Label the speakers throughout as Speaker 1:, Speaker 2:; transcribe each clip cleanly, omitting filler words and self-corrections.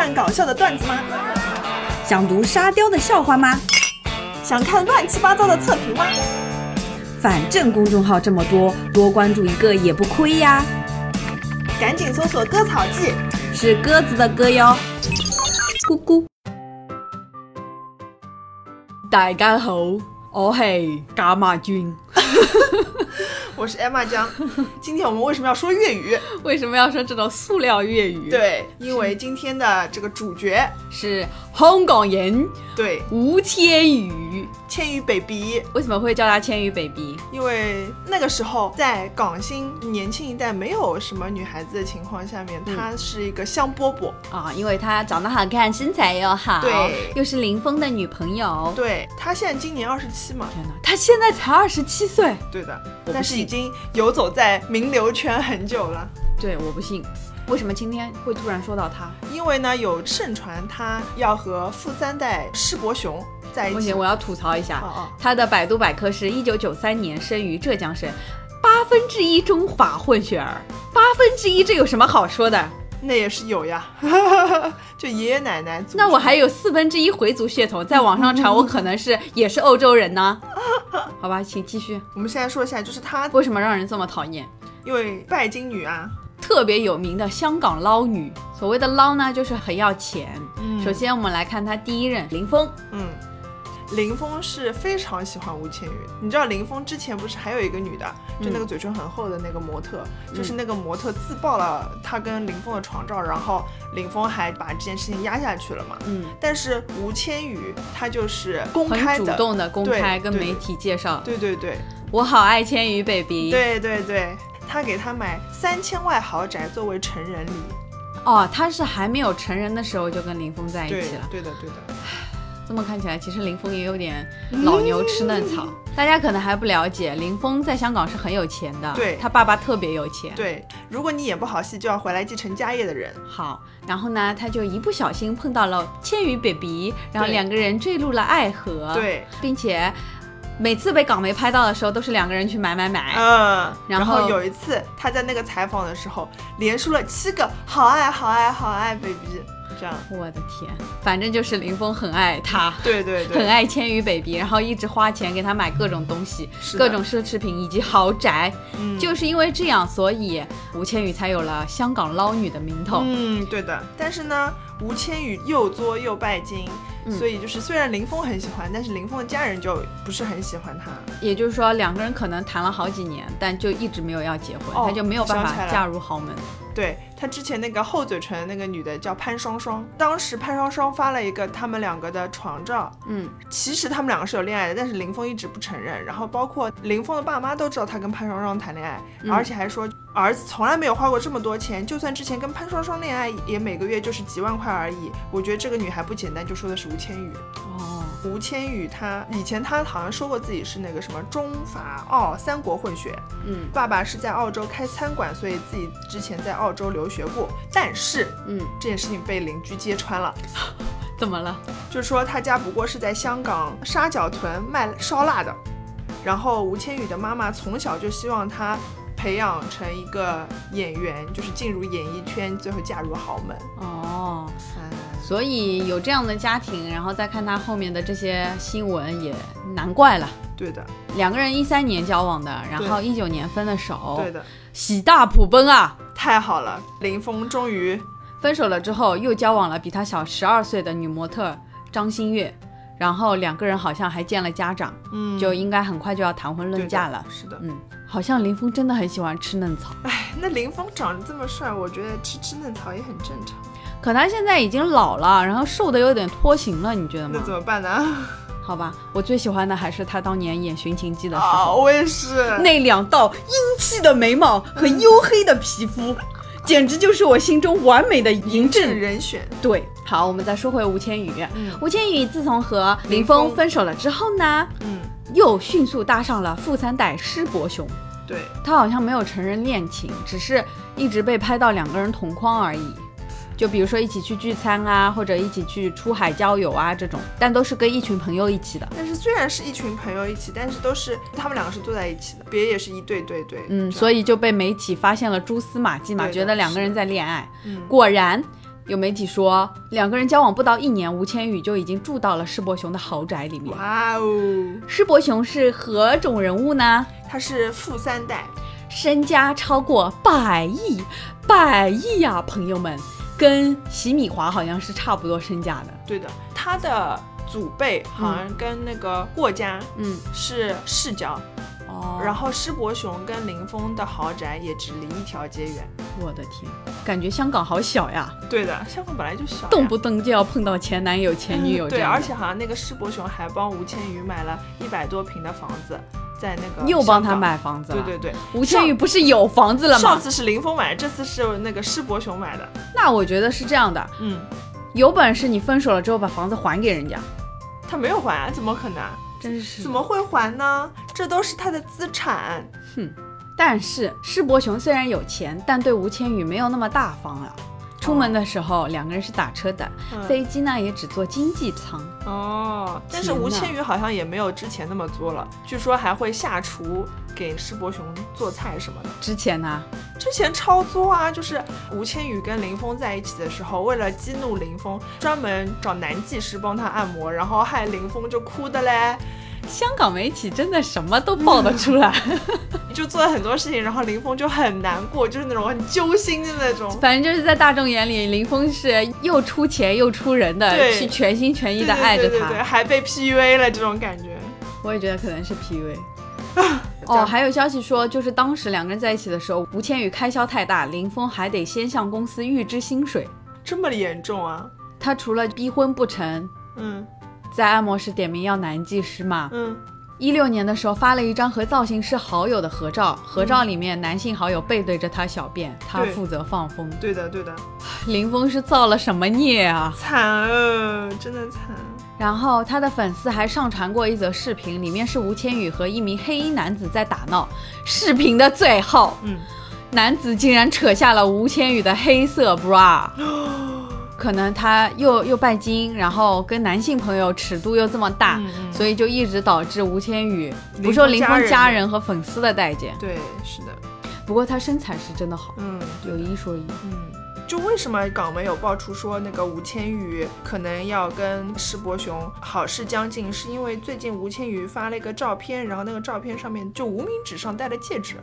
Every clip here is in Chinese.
Speaker 1: 看搞笑的段子吗？
Speaker 2: 想读沙雕的笑话吗？
Speaker 1: 想看乱七八糟的测评吗？
Speaker 2: 反正公众号这么多，多关注一个也不亏呀。
Speaker 1: 赶紧搜索割草记，
Speaker 2: 是鸽子的歌哟。咕咕。大家好，我係伽馬君。
Speaker 1: 我是 Emma 江。今天我们为什么要说粤语？
Speaker 2: 为什么要说这种塑料粤语？
Speaker 1: 对，因为今天的这个主角
Speaker 2: 是香港人，
Speaker 1: 对，
Speaker 2: 吴千语。
Speaker 1: 千语 baby。
Speaker 2: 为什么会叫他千语 baby？
Speaker 1: 因为那个时候在港星年轻一代没有什么女孩子的情况下面，她是一个香饽饽
Speaker 2: 啊，因为她长得好看，身材又好，
Speaker 1: 对，
Speaker 2: 又是林峰的女朋友。
Speaker 1: 对，她现在今年27嘛。
Speaker 2: 天哪，她现在才27岁。
Speaker 1: 对的，但是已经游走在名流圈很久了。
Speaker 2: 对，我不信。为什么今天会突然说到他？
Speaker 1: 因为呢，有盛传他要和富三代施伯雄在一起。
Speaker 2: 不行，我要吐槽一下，
Speaker 1: 哦，
Speaker 2: 他的百度百科是1993年生于浙江省1/8中法混血儿，1/8，这有什么好说的？
Speaker 1: 那也是有呀，就爷爷奶奶族。
Speaker 2: 那我还有1/4回族血统，在网上传我可能也是欧洲人呢。好吧，请继续。
Speaker 1: 我们现在说一下，就是他
Speaker 2: 为什么让人这么讨厌？
Speaker 1: 因为拜金女啊，
Speaker 2: 特别有名的香港捞女。所谓的捞呢，就是很要钱。首先我们来看他第一任林峰。
Speaker 1: 林峰是非常喜欢吴千语。你知道林峰之前不是还有一个女的，就那个嘴唇很厚的那个模特，就是那个模特自曝了他跟林峰的床照，然后林峰还把这件事情压下去了嘛。但是吴千语他就是公开的，
Speaker 2: 很主动的公开跟媒体介绍。
Speaker 1: 对对对，
Speaker 2: 我好爱千语 baby。
Speaker 1: 对对对，他给他买3000万豪宅作为成人礼。
Speaker 2: 哦，他是还没有成人的时候就跟林峰在一起了。
Speaker 1: 对的对的。
Speaker 2: 这么看起来，其实林峰也有点老牛吃嫩草。大家可能还不了解，林峰在香港是很有钱的，
Speaker 1: 对，
Speaker 2: 他爸爸特别有钱。
Speaker 1: 对，如果你演不好戏，就要回来继承家业的人。
Speaker 2: 好，然后呢，他就一不小心碰到了千语 baby， 然后两个人坠入了爱河。
Speaker 1: 对，
Speaker 2: 并且每次被港媒拍到的时候，都是两个人去买。然后
Speaker 1: 有一次他在那个采访的时候，连说了7个好爱好爱好爱 baby。这样，
Speaker 2: 我的天，反正就是林峰很爱他，
Speaker 1: 对对对，
Speaker 2: 很爱千语 baby， 然后一直花钱给他买各种东西，各种奢侈品以及豪宅。就是因为这样，所以吴千语才有了香港捞女的名头。
Speaker 1: 对的。但是呢，吴千语又作又拜金，所以就是虽然林峰很喜欢，但是林峰的家人就不是很喜欢他。
Speaker 2: 也就是说，两个人可能谈了好几年，但就一直没有要结婚，他就没有办法嫁入豪门。
Speaker 1: 对，他之前那个厚嘴唇那个女的叫潘双双，当时潘双双发了一个他们两个的床照。其实他们两个是有恋爱的，但是林峰一直不承认，然后包括林峰的爸妈都知道他跟潘双双谈恋爱，而且还说儿子从来没有花过这么多钱，就算之前跟潘双双恋爱也每个月就是几万块而已。我觉得这个女孩不简单，就说的是吴千语。吴千语他以前他好像说过自己是那个什么中法澳3国混血。爸爸是在澳洲开餐馆，所以自己之前在澳洲留学过。但是这件事情被邻居揭穿了。
Speaker 2: 怎么了？
Speaker 1: 就是说他家不过是在香港沙角屯卖烧腊的，然后吴千语的妈妈从小就希望他培养成一个演员，就是进入演艺圈，最后嫁入豪门。
Speaker 2: 所以有这样的家庭，然后再看他后面的这些新闻，也难怪了。
Speaker 1: 对的，
Speaker 2: 两个人13年交往的，然后19年分的手。
Speaker 1: 对的，
Speaker 2: 喜大普奔啊！
Speaker 1: 太好了，林峰终于
Speaker 2: 分手了之后，又交往了比他小12岁的女模特张馨月，然后两个人好像还见了家长，就应该很快就要谈婚论嫁了。
Speaker 1: 是的，
Speaker 2: 好像林峰真的很喜欢吃嫩草。
Speaker 1: 那林峰长得这么帅，我觉得吃嫩草也很正常。
Speaker 2: 可他现在已经老了，然后瘦的有点脱形了，你觉得吗？
Speaker 1: 那怎么办呢？
Speaker 2: 好吧，我最喜欢的还是他当年演《寻秦记》的时候。
Speaker 1: 我也是。
Speaker 2: 那2道英气的眉毛和黝黑的皮肤，简直就是我心中完美的嬴政
Speaker 1: 人选。
Speaker 2: 对，好，我们再说回吴千语。吴千语自从和林峰分手了之后呢，又迅速搭上了富三代施伯雄。
Speaker 1: 对，
Speaker 2: 他好像没有承认恋情，只是一直被拍到两个人同框而已。就比如说一起去聚餐啊，或者一起去出海郊游啊这种，但都是跟一群朋友一起的。
Speaker 1: 但是虽然是一群朋友一起，但是都是他们两个是坐在一起的，别也是一对。
Speaker 2: 所以就被媒体发现了蛛丝马迹嘛，觉得两个人在恋爱。果然有媒体说两个人交往不到1年，吴千语就已经住到了施伯雄的豪宅里面。
Speaker 1: 哇哦！
Speaker 2: 施伯雄是何种人物呢？
Speaker 1: 他是富3代，
Speaker 2: 身家超过100亿呀，朋友们，跟席米华好像是差不多身价的。
Speaker 1: 对的，他的祖辈好像跟那个霍家是世交。然后施伯雄跟林峰的豪宅也只离1条街远。
Speaker 2: 我的天，感觉香港好小呀。
Speaker 1: 对的，香港本来就小呀，
Speaker 2: 动不动就要碰到前男友前女友。
Speaker 1: 对，而且好像那个施伯雄还帮吴千语买了100多平的房子，在那个
Speaker 2: 又帮他买房子了。
Speaker 1: 对对对，
Speaker 2: 吴千语不是有房子了吗？
Speaker 1: 上次是林峰买，这次是那个施伯雄买的。
Speaker 2: 那我觉得是这样的，有本事你分手了之后把房子还给人家。
Speaker 1: 他没有还啊，怎么可能？
Speaker 2: 真是
Speaker 1: 怎么会还呢？这都是他的资产。
Speaker 2: 但是施伯雄虽然有钱，但对吴千语没有那么大方了。出门的时候两个人是打车的，飞机呢也只坐经济舱。
Speaker 1: 但是吴千语好像也没有之前那么作了，据说还会下厨给施伯雄做菜什么的。
Speaker 2: 之前呢？
Speaker 1: 之前超作啊，就是吴千语跟林峰在一起的时候，为了激怒林峰，专门找男技师帮他按摩，然后害林峰就哭的嘞。
Speaker 2: 香港媒体真的什么都爆得出来。
Speaker 1: 就做了很多事情，然后林峰就很难过，就是那种很揪心的那种。
Speaker 2: 反正就是在大众眼里，林峰是又出钱又出人的，去全心全意的爱着他，
Speaker 1: 对，还被 PUA 了这种感觉。
Speaker 2: 我也觉得可能是 PUA。还有消息说，就是当时两个人在一起的时候，吴千语开销太大，林峰还得先向公司预支薪水。
Speaker 1: 这么严重啊？
Speaker 2: 他除了逼婚不成，在按摩师点名要男技师嘛，16年的时候发了一张和造型师好友的合照，合照里面男性好友背对着他小便，他负责放风。
Speaker 1: 对的。
Speaker 2: 林峰是造了什么孽啊？
Speaker 1: 惨啊，真的惨。
Speaker 2: 然后他的粉丝还上传过一则视频，里面是吴千语和一名黑衣男子在打闹。视频的最后，男子竟然扯下了吴千语的黑色 bra。可能他又拜金，然后跟男性朋友尺度又这么大，所以就一直导致吴千语不受林峰家人和粉丝的待见。
Speaker 1: 对，是的。
Speaker 2: 不过他身材是真的好，有一说一。
Speaker 1: 就为什么港媒有爆出说那个吴千语可能要跟施伯雄好事将近，是因为最近吴千语发了一个照片，然后那个照片上面就无名指上戴了戒指。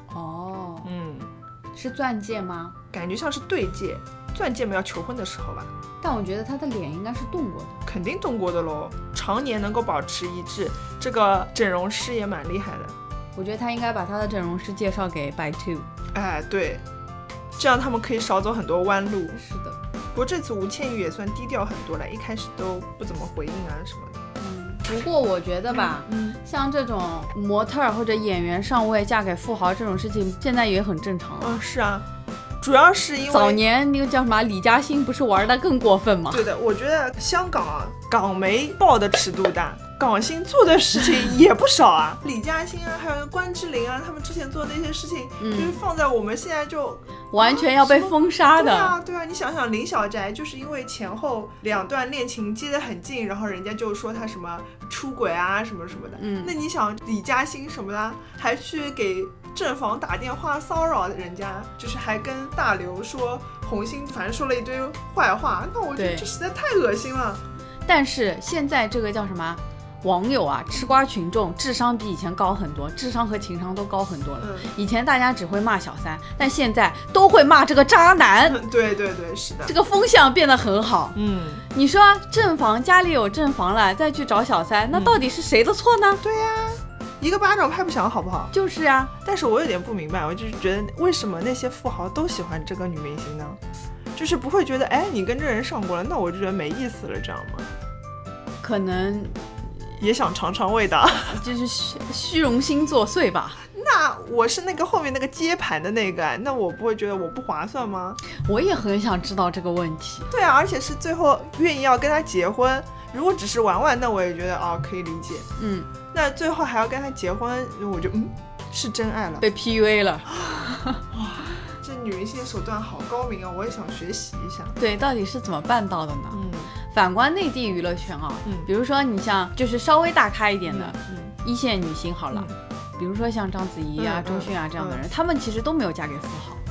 Speaker 2: 是钻戒吗？
Speaker 1: 感觉像是对戒，钻戒没有求婚的时候吧。
Speaker 2: 但我觉得他的脸应该是动过的。
Speaker 1: 肯定动过的咯，常年能够保持一致，这个整容师也蛮厉害的。
Speaker 2: 我觉得他应该把他的整容师介绍给 By Two。对，
Speaker 1: 这样他们可以少走很多弯路。
Speaker 2: 是的。
Speaker 1: 不过这次吴千语也算低调很多了，一开始都不怎么回应啊什么的。
Speaker 2: 不过我觉得吧，像这种模特或者演员上位嫁给富豪这种事情，现在也很正常了。
Speaker 1: 是啊，主要是因为
Speaker 2: 早年那个叫什么李嘉欣不是玩的更过分吗？
Speaker 1: 对的，我觉得香港港媒报的尺度大，港星做的事情也不少啊。李嘉欣啊，还有关之琳啊，他们之前做的那些事情，就是放在我们现在就
Speaker 2: 完全要被封杀的。
Speaker 1: 对啊，你想想林小宅就是因为前后2段恋情接得很近，然后人家就说他什么出轨啊什么什么的。那你想李嘉欣什么的，还去给正房打电话骚扰人家，就是还跟大刘说红星，反正说了一堆坏话，那我觉得这实在太恶心了。
Speaker 2: 但是现在这个叫什么网友啊，吃瓜群众智商比以前高很多，智商和情商都高很多了。以前大家只会骂小三，但现在都会骂这个渣男。
Speaker 1: 对，是的，
Speaker 2: 这个风向变得很好。你说正房家里有正房了，再去找小三，那到底是谁的错呢？
Speaker 1: 对呀，一个巴掌拍不响，好不好？
Speaker 2: 就是啊。
Speaker 1: 但是我有点不明白，我就是觉得为什么那些富豪都喜欢这个女明星呢？就是不会觉得，你跟这人上过了，那我就觉得没意思了，这样吗？
Speaker 2: 可能
Speaker 1: 也想尝尝味道，
Speaker 2: 就是虚荣心作祟吧。
Speaker 1: 那我是那个后面那个接盘的那个，那我不会觉得我不划算吗？
Speaker 2: 我也很想知道这个问题。
Speaker 1: 对啊，而且是最后愿意要跟他结婚，如果只是玩玩，那我也觉得可以理解。那最后还要跟他结婚，我就是真爱了，
Speaker 2: 被 PUA 了。
Speaker 1: 哇，这女明星的手段好高明啊，我也想学习一下。
Speaker 2: 对，到底是怎么办到的呢？反观内地娱乐圈啊，比如说你像就是稍微大咖一点的一线女星好了，比如说像章子怡啊、周迅啊这样的人，他们其实都没有嫁给富豪。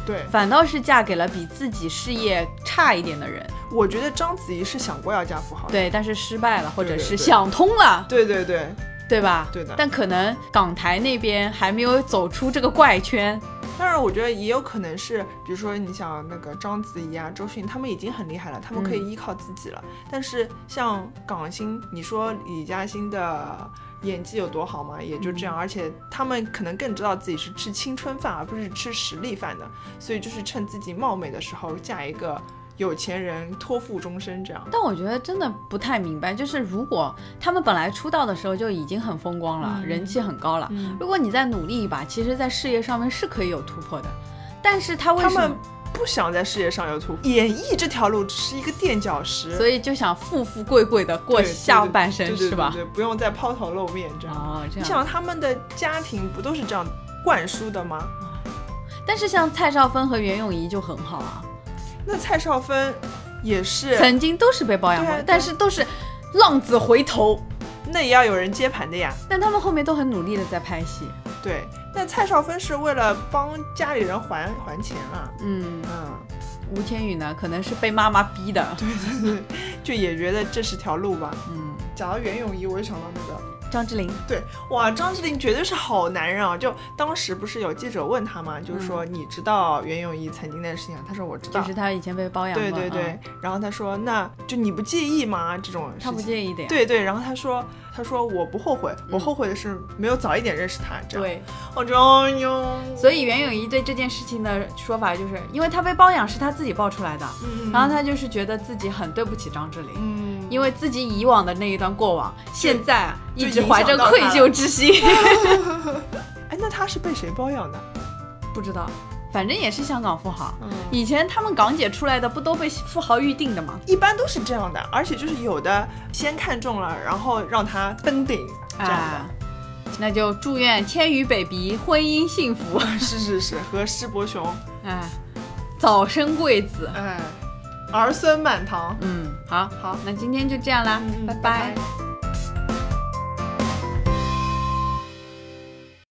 Speaker 1: 对，
Speaker 2: 反倒是嫁给了比自己事业差一点的人。
Speaker 1: 我觉得章子怡是想过要嫁富豪的，
Speaker 2: 对，但是失败了，或者是想通了，
Speaker 1: 对对对，
Speaker 2: 对吧？
Speaker 1: 对的。
Speaker 2: 但可能港台那边还没有走出这个怪圈。
Speaker 1: 当然，我觉得也有可能是，比如说你想那个章子怡啊、周迅，他们已经很厉害了，他们可以依靠自己了。但是像港星，你说李嘉欣的演技有多好吗？也就这样，而且他们可能更知道自己是吃青春饭，而不是吃实力饭的，所以就是趁自己貌美的时候嫁一个有钱人，托付终身这样。
Speaker 2: 但我觉得真的不太明白，就是如果他们本来出道的时候就已经很风光了，人气很高了，如果你再努力一把，其实在事业上面是可以有突破的。但是他为什么
Speaker 1: 不想在事业上有突破？演艺这条路只是一个垫脚石，
Speaker 2: 所以就想富富贵贵的过下半生，是吧？
Speaker 1: 对，不用再抛头露面这样。
Speaker 2: 哦，这样。
Speaker 1: 你想他们的家庭不都是这样灌输的吗？
Speaker 2: 但是像蔡少芬和袁咏仪就很好啊。
Speaker 1: 那蔡少芬也是
Speaker 2: 曾经都是被包养过，但是都是浪子回头，
Speaker 1: 那也要有人接盘的呀。
Speaker 2: 但他们后面都很努力的在拍戏。
Speaker 1: 对，但蔡少芬是为了帮家里人还钱了。
Speaker 2: 吴千语呢，可能是被妈妈逼的。
Speaker 1: 对对对，就也觉得这是条路吧。讲到袁咏仪，我就想到那个
Speaker 2: 张智霖。
Speaker 1: 对，哇，张智霖绝对是好男人啊！就当时不是有记者问他嘛，就是说你知道袁咏仪曾经的事情啊？他说我知道，
Speaker 2: 就是他以前被包养过。
Speaker 1: 对对对，然后他说那就你不介意吗？这种事情
Speaker 2: 他不介意的呀。
Speaker 1: 对对，然后他说我不后悔，我后悔的是没有早一点认识他。这样
Speaker 2: 对，
Speaker 1: 我就哟。
Speaker 2: 所以袁咏仪对这件事情的说法就是，因为他被包养是他自己爆出来的，然后他就是觉得自己很对不起张智霖，因为自己以往的那一段过往，现在一直怀着愧疚之心。
Speaker 1: 哎，那他是被谁包养的？
Speaker 2: 不知道。反正也是香港富豪，以前他们港姐出来的不都被富豪预定的吗？
Speaker 1: 一般都是这样的，而且就是有的先看中了，然后让他登顶这样的。
Speaker 2: 那就祝愿千羽 baby 婚姻幸福。
Speaker 1: 是，和施伯雄，
Speaker 2: 早生贵子，
Speaker 1: 儿孙满堂。
Speaker 2: 好，那今天就这样啦，拜拜。